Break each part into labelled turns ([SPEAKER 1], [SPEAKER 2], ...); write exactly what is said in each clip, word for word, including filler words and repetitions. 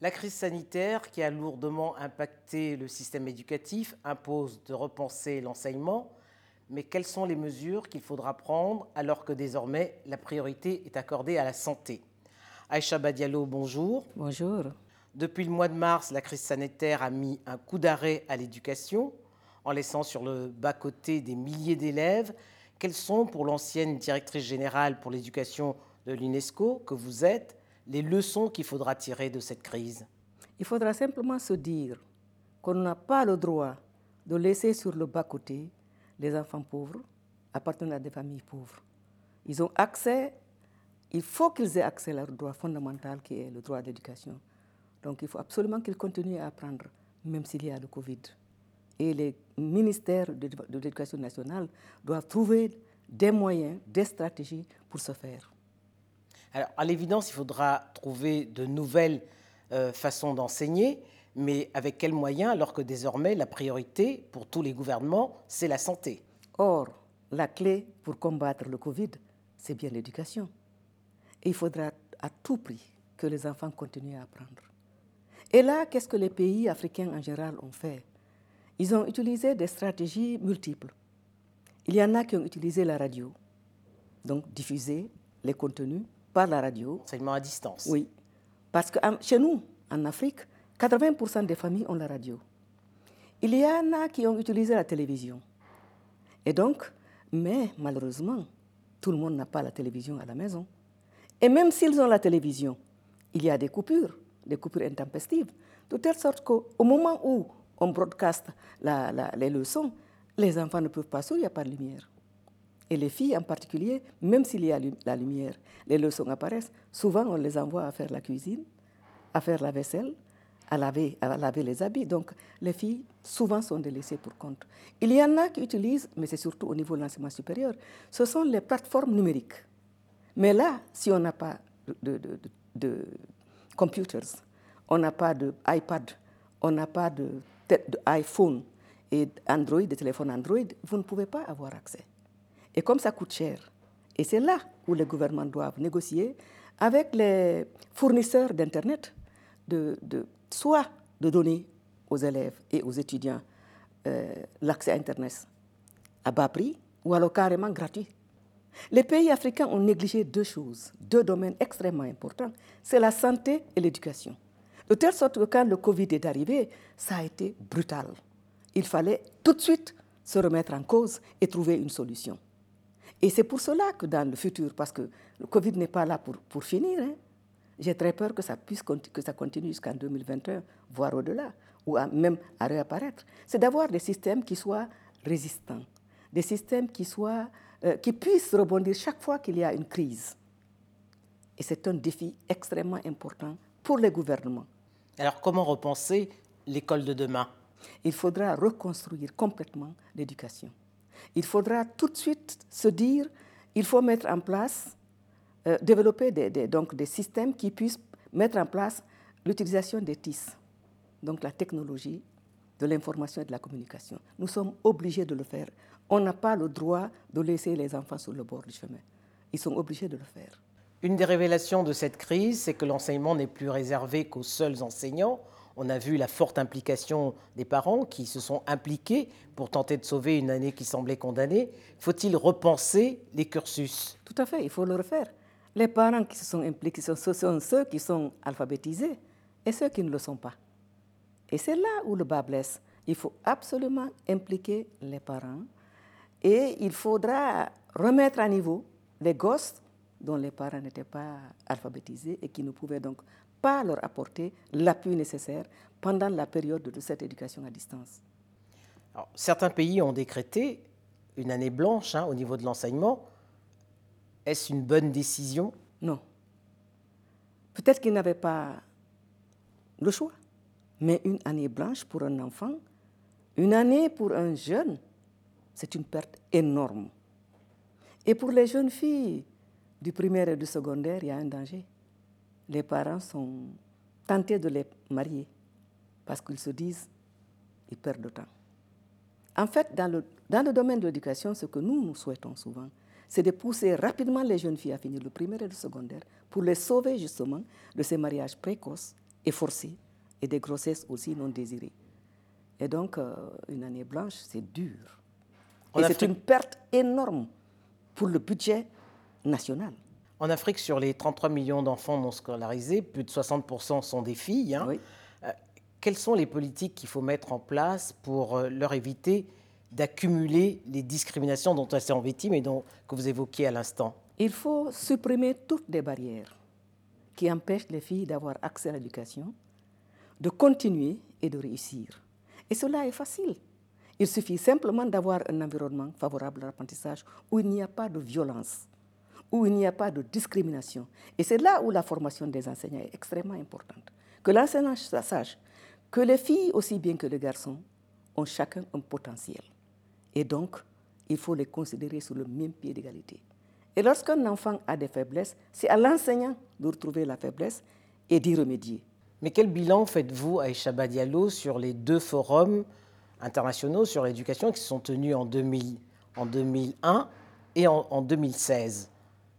[SPEAKER 1] La crise sanitaire qui a lourdement impacté le système éducatif impose de repenser l'enseignement, mais quelles sont les mesures qu'il faudra prendre alors que désormais la priorité est accordée à la santé? Aïcha Badialo, bonjour.
[SPEAKER 2] Bonjour.
[SPEAKER 1] Depuis le mois de mars, la crise sanitaire a mis un coup d'arrêt à l'éducation en laissant sur le bas-côté des milliers d'élèves. Quelles sont, pour l'ancienne directrice générale pour l'éducation de l'UNESCO que vous êtes, les leçons qu'il faudra tirer de cette crise?
[SPEAKER 2] Il faudra simplement se dire qu'on n'a pas le droit de laisser sur le bas-côté les enfants pauvres appartenant à des familles pauvres. Ils ont accès, il faut qu'ils aient accès à leur droit fondamental qui est le droit d'éducation. Donc il faut absolument qu'ils continuent à apprendre, même s'il y a le Covid. Et les ministères de, de l'éducation nationale doivent trouver des moyens, des stratégies pour ce faire.
[SPEAKER 1] Alors, à l'évidence, il faudra trouver de nouvelles euh, façons d'enseigner, mais avec quels moyens, alors que désormais, la priorité pour tous les gouvernements, c'est la santé?
[SPEAKER 2] Or, la clé pour combattre le Covid, c'est bien l'éducation. Et il faudra à tout prix que les enfants continuent à apprendre. Et là, qu'est-ce que les pays africains en général ont fait? Ils ont utilisé des stratégies multiples. Il y en a qui ont utilisé la radio, donc diffuser les contenus par la radio.
[SPEAKER 1] Enseignement à distance.
[SPEAKER 2] Oui, parce que chez nous, en Afrique, quatre-vingts pour cent des familles ont la radio. Il y en a qui ont utilisé la télévision. Et donc, mais malheureusement, tout le monde n'a pas la télévision à la maison. Et même s'ils ont la télévision, il y a des coupures, des coupures intempestives, de telle sorte qu'au moment où on broadcast la, la, les leçons, les enfants ne peuvent pas suivre, il n'y a pas de lumière. Et les filles en particulier, même s'il y a la lumière, les leçons apparaissent, souvent on les envoie à faire la cuisine, à faire la vaisselle, à laver, à laver les habits. Donc les filles souvent sont délaissées pour compte. Il y en a qui utilisent, mais c'est surtout au niveau de l'enseignement supérieur, ce sont les plateformes numériques. Mais là, si on n'a pas de, de, de, de computers, on n'a pas d'iPad, on n'a pas de, de iPhone et Android, de téléphone Android, vous ne pouvez pas avoir accès. Et comme ça coûte cher, et c'est là où les gouvernements doivent négocier avec les fournisseurs d'Internet, de, de, soit de donner aux élèves et aux étudiants euh, l'accès à Internet à bas prix, ou alors carrément gratuit. Les pays africains ont négligé deux choses, deux domaines extrêmement importants, c'est la santé et l'éducation. De telle sorte que quand le Covid est arrivé, ça a été brutal. Il fallait tout de suite se remettre en cause et trouver une solution. Et c'est pour cela que dans le futur, parce que le Covid n'est pas là pour, pour finir, hein, j'ai très peur que ça, puisse, que ça continue jusqu'en deux mille vingt et un, voire au-delà, ou à, même à réapparaître. C'est d'avoir des systèmes qui soient résistants, des systèmes qui, soient, euh, qui puissent rebondir chaque fois qu'il y a une crise. Et c'est un défi extrêmement important pour les gouvernements.
[SPEAKER 1] Alors, comment repenser l'école de demain?
[SPEAKER 2] Il faudra reconstruire complètement l'éducation. Il faudra tout de suite se dire, il faut mettre en place, euh, développer des, des, donc des systèmes qui puissent mettre en place l'utilisation des T I C, donc la technologie de l'information et de la communication. Nous sommes obligés de le faire. On n'a pas le droit de laisser les enfants sur le bord du chemin. Ils sont obligés de le faire.
[SPEAKER 1] Une des révélations de cette crise, c'est que l'enseignement n'est plus réservé qu'aux seuls enseignants. On a vu la forte implication des parents qui se sont impliqués pour tenter de sauver une année qui semblait condamnée. Faut-il repenser les cursus?
[SPEAKER 2] Tout à fait, il faut le refaire. Les parents qui se sont impliqués, ce sont ceux qui sont alphabétisés et ceux qui ne le sont pas. Et c'est là où le bas blesse. Il faut absolument impliquer les parents et il faudra remettre à niveau les gosses dont les parents n'étaient pas alphabétisés et qui ne pouvaient donc pas leur apporter l'appui nécessaire pendant la période de cette éducation à distance.
[SPEAKER 1] Alors, certains pays ont décrété une année blanche hein, au niveau de l'enseignement. Est-ce une bonne décision?
[SPEAKER 2] Non. Peut-être qu'ils n'avaient pas le choix, mais une année blanche pour un enfant, une année pour un jeune, c'est une perte énorme. Et pour les jeunes filles du primaire et du secondaire, il y a un danger. Les parents sont tentés de les marier parce qu'ils se disent qu'ils perdent de temps. En fait, dans le, dans le domaine de l'éducation, ce que nous, nous souhaitons souvent, c'est de pousser rapidement les jeunes filles à finir le primaire et le secondaire pour les sauver justement de ces mariages précoces et forcées et des grossesses aussi non désirées. Et donc, euh, une année blanche, c'est dur. En et Afrique... c'est une perte énorme pour le budget national.
[SPEAKER 1] En Afrique, sur les trente-trois millions d'enfants non scolarisés, plus de soixante pour cent sont des filles. Hein.
[SPEAKER 2] Oui.
[SPEAKER 1] Euh, quelles sont les politiques qu'il faut mettre en place pour euh, leur éviter d'accumuler les discriminations dont elles sont victimes et dont, que vous évoquiez à l'instant?
[SPEAKER 2] Il faut supprimer toutes les barrières qui empêchent les filles d'avoir accès à l'éducation, de continuer et de réussir. Et cela est facile. Il suffit simplement d'avoir un environnement favorable à l'apprentissage où il n'y a pas de violence, où il n'y a pas de discrimination. Et c'est là où la formation des enseignants est extrêmement importante. Que l'enseignant sache que les filles, aussi bien que les garçons, ont chacun un potentiel. Et donc, il faut les considérer sur le même pied d'égalité. Et lorsqu'un enfant a des faiblesses, c'est à l'enseignant de retrouver la faiblesse et d'y remédier.
[SPEAKER 1] Mais quel bilan faites-vous, Aïcha Badialo, sur les deux forums internationaux sur l'éducation qui se sont tenus en, deux mille, en deux mille un et en, en deux mille seize?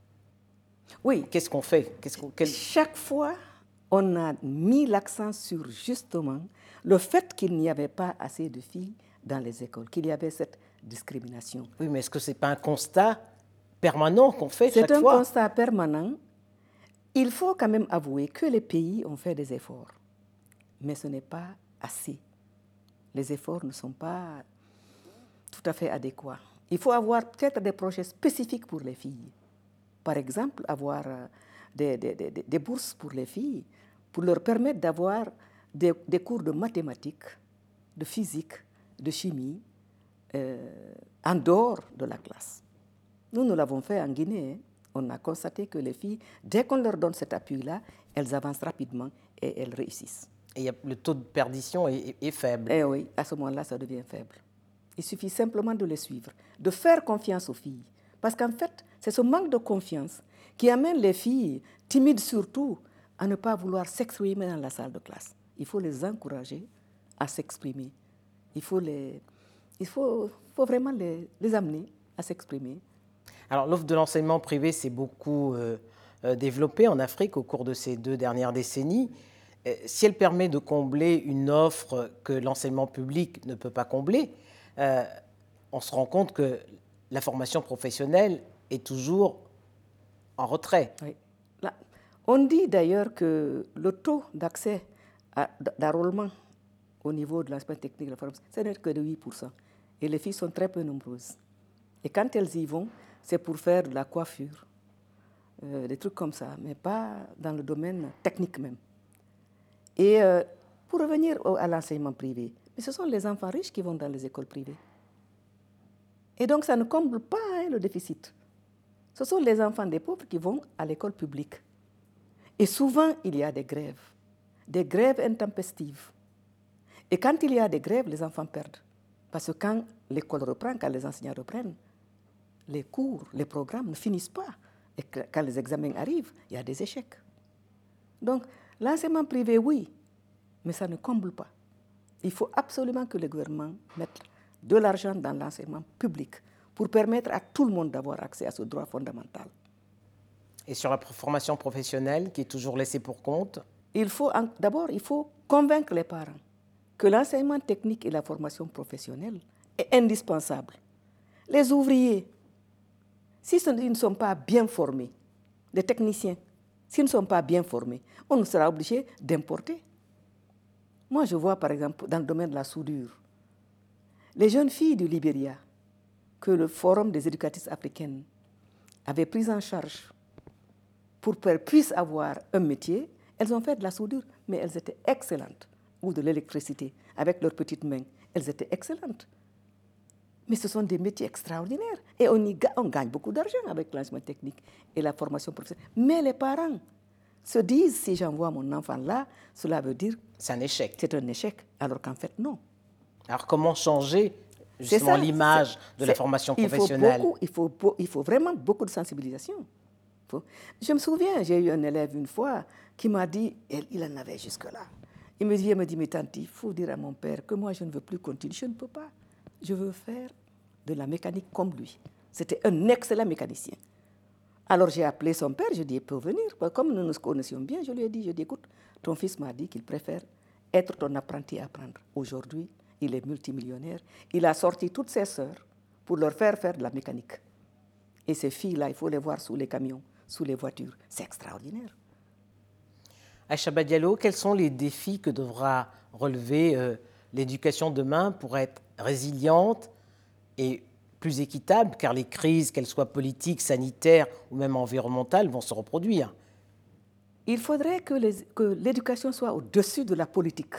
[SPEAKER 2] Oui.
[SPEAKER 1] Qu'est-ce qu'on fait? Qu'est-ce qu'on, quel...
[SPEAKER 2] Chaque fois, on a mis l'accent sur justement le fait qu'il n'y avait pas assez de filles dans les écoles, qu'il y avait cette discrimination.
[SPEAKER 1] Oui, mais est-ce que ce n'est pas un constat permanent qu'on fait
[SPEAKER 2] C'est
[SPEAKER 1] chaque
[SPEAKER 2] un
[SPEAKER 1] fois?
[SPEAKER 2] constat permanent. Il faut quand même avouer que les pays ont fait des efforts, mais ce n'est pas assez. Les efforts ne sont pas tout à fait adéquats. Il faut avoir peut-être des projets spécifiques pour les filles. Par exemple, avoir des, des, des, des bourses pour les filles, pour leur permettre d'avoir des, des cours de mathématiques, de physique, de chimie, euh, en dehors de la classe. Nous, nous l'avons fait en Guinée. Hein. On a constaté que les filles, dès qu'on leur donne cet appui-là, elles avancent rapidement et elles réussissent.
[SPEAKER 1] Et y a, le taux de perdition est, est, est faible.
[SPEAKER 2] Eh oui, à ce moment-là, ça devient faible. Il suffit simplement de les suivre, de faire confiance aux filles. Parce qu'en fait, c'est ce manque de confiance qui amène les filles, timides surtout, à ne pas vouloir s'exprimer dans la salle de classe. Il faut les encourager à s'exprimer. Il faut, les, il faut, faut vraiment les, les amener à s'exprimer.
[SPEAKER 1] Alors, l'offre de l'enseignement privé s'est beaucoup euh, euh, développée en Afrique au cours de ces deux dernières décennies. Euh, si elle permet de combler une offre que l'enseignement public ne peut pas combler, euh, on se rend compte que la formation professionnelle est toujours en retrait.
[SPEAKER 2] Oui. Là, on dit d'ailleurs que le taux d'accès, à, d'enrôlement au niveau de l'enseignement technique de la formation, ce n'est que de huit pour cent. Et les filles sont très peu nombreuses. Et quand elles y vont, c'est pour faire de la coiffure, euh, des trucs comme ça, mais pas dans le domaine technique même. Et euh, pour revenir au, à l'enseignement privé, mais ce sont les enfants riches qui vont dans les écoles privées. Et donc, ça ne comble pas hein, le déficit. Ce sont les enfants des pauvres qui vont à l'école publique. Et souvent, il y a des grèves, des grèves intempestives. Et quand il y a des grèves, les enfants perdent. Parce que quand l'école reprend, quand les enseignants reprennent, les cours, les programmes ne finissent pas. Et quand les examens arrivent, il y a des échecs. Donc, l'enseignement privé, oui, mais ça ne comble pas. Il faut absolument que le gouvernement mette de l'argent dans l'enseignement public pour permettre à tout le monde d'avoir accès à ce droit fondamental.
[SPEAKER 1] Et sur la formation professionnelle, qui est toujours laissée pour compte?
[SPEAKER 2] Il faut, d'abord, il faut convaincre les parents que l'enseignement technique et la formation professionnelle est indispensable. Les ouvriers, si ils ne sont pas bien formés, les techniciens, s'ils ne sont pas bien formés, on sera obligé d'importer. Moi, je vois, par exemple, dans le domaine de la soudure, les jeunes filles du Libéria, que le Forum des éducatrices africaines avait pris en charge pour qu'elles puissent avoir un métier, elles ont fait de la soudure, mais elles étaient excellentes. Ou de l'électricité, avec leurs petites mains, elles étaient excellentes. Mais ce sont des métiers extraordinaires. Et on, y ga- on gagne beaucoup d'argent avec l'enseignement technique et la formation professionnelle. Mais les parents se disent, si j'envoie mon enfant là, cela veut dire...
[SPEAKER 1] C'est un échec.
[SPEAKER 2] C'est un échec, alors qu'en fait, non.
[SPEAKER 1] Alors, comment changer justement ça, l'image de la formation professionnelle?
[SPEAKER 2] Il faut, beaucoup, il, faut, il faut vraiment beaucoup de sensibilisation. Faut... Je me souviens, j'ai eu un élève une fois qui m'a dit, il en avait jusque-là. Il me dit, il me dit, mais tante, il faut dire à mon père que moi, je ne veux plus continuer. Je ne peux pas. Je veux faire de la mécanique comme lui. C'était un excellent mécanicien. Alors j'ai appelé son père, je lui ai dit, il peut venir. Comme nous nous connaissions bien, je lui ai dit, je dis, écoute, ton fils m'a dit qu'il préfère être ton apprenti à apprendre. Aujourd'hui, il est multimillionnaire. Il a sorti toutes ses sœurs pour leur faire faire de la mécanique. Et ces filles-là, il faut les voir sous les camions, sous les voitures. C'est extraordinaire.
[SPEAKER 1] Aïcha Diallo, quels sont les défis que devra relever euh, l'éducation demain pour être résiliente et plus équitable, car les crises, qu'elles soient politiques, sanitaires ou même environnementales, vont se reproduire?
[SPEAKER 2] Il faudrait que, les, que l'éducation soit au-dessus de la politique.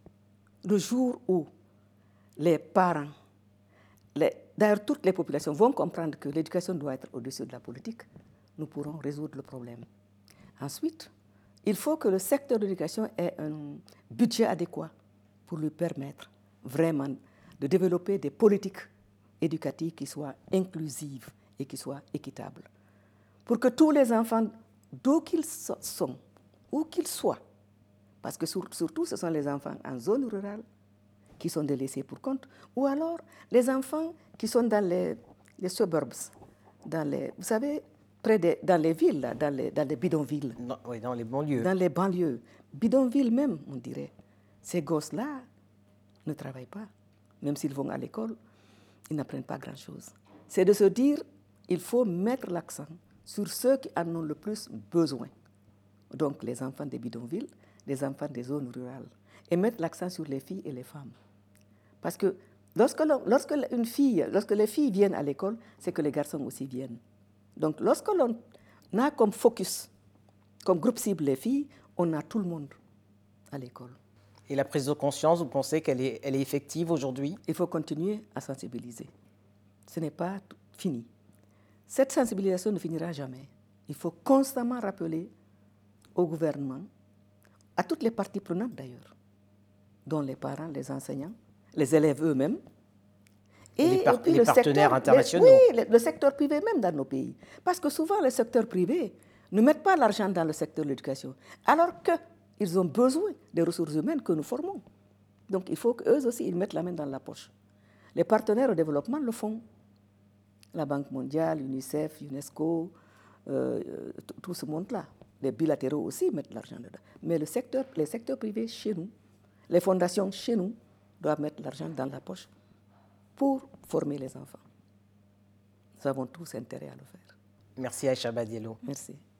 [SPEAKER 2] Le jour où les parents, les, d'ailleurs toutes les populations vont comprendre que l'éducation doit être au-dessus de la politique, nous pourrons résoudre le problème. Ensuite, il faut que le secteur de l'éducation ait un budget adéquat pour lui permettre vraiment de développer des politiques éducatives qui soient inclusives et qui soient équitables. Pour que tous les enfants, d'où qu'ils sont, où qu'ils soient, parce que surtout ce sont les enfants en zone rurale qui sont délaissés pour compte, ou alors les enfants qui sont dans les, les suburbs, dans les, vous savez, près des, dans les villes, là, dans, les, dans les bidonvilles.
[SPEAKER 1] Non, oui, dans les banlieues.
[SPEAKER 2] Dans les banlieues. Bidonvilles même, on dirait. Ces gosses-là ne travaillent pas. Même s'ils vont à l'école, ils n'apprennent pas grand-chose. C'est de se dire, il faut mettre l'accent sur ceux qui en ont le plus besoin. Donc les enfants des bidonvilles, les enfants des zones rurales. Et mettre l'accent sur les filles et les femmes. Parce que lorsque, lorsque, une fille, lorsque les filles viennent à l'école, c'est que les garçons aussi viennent. Donc lorsque l'on a comme focus, comme groupe cible les filles, on a tout le monde à l'école.
[SPEAKER 1] Et la prise de conscience, vous pensez qu'elle est, elle est effective aujourd'hui?
[SPEAKER 2] Il faut continuer à sensibiliser. Ce n'est pas fini. Cette sensibilisation ne finira jamais. Il faut constamment rappeler au gouvernement, à toutes les parties prenantes d'ailleurs, dont les parents, les enseignants, les élèves eux-mêmes,
[SPEAKER 1] et, et les, par-
[SPEAKER 2] et puis
[SPEAKER 1] les
[SPEAKER 2] le
[SPEAKER 1] partenaires
[SPEAKER 2] secteur,
[SPEAKER 1] internationaux.
[SPEAKER 2] Les, oui, le, le secteur privé même dans nos pays. Parce que souvent, le secteur privé ne met pas l'argent dans le secteur de l'éducation, alors qu'ils ont besoin des ressources humaines que nous formons. Donc, il faut qu'eux aussi, ils mettent la main dans la poche. Les partenaires au développement le font. La Banque mondiale, l'UNICEF, UNESCO, euh, tout ce monde-là. Les bilatéraux aussi mettent l'argent dedans. Mais le secteur, les secteurs privés chez nous, les fondations chez nous, doivent mettre l'argent dans la poche pour former les enfants. Nous avons tous intérêt à le faire.
[SPEAKER 1] Merci Aïcha Diallo.
[SPEAKER 2] Merci.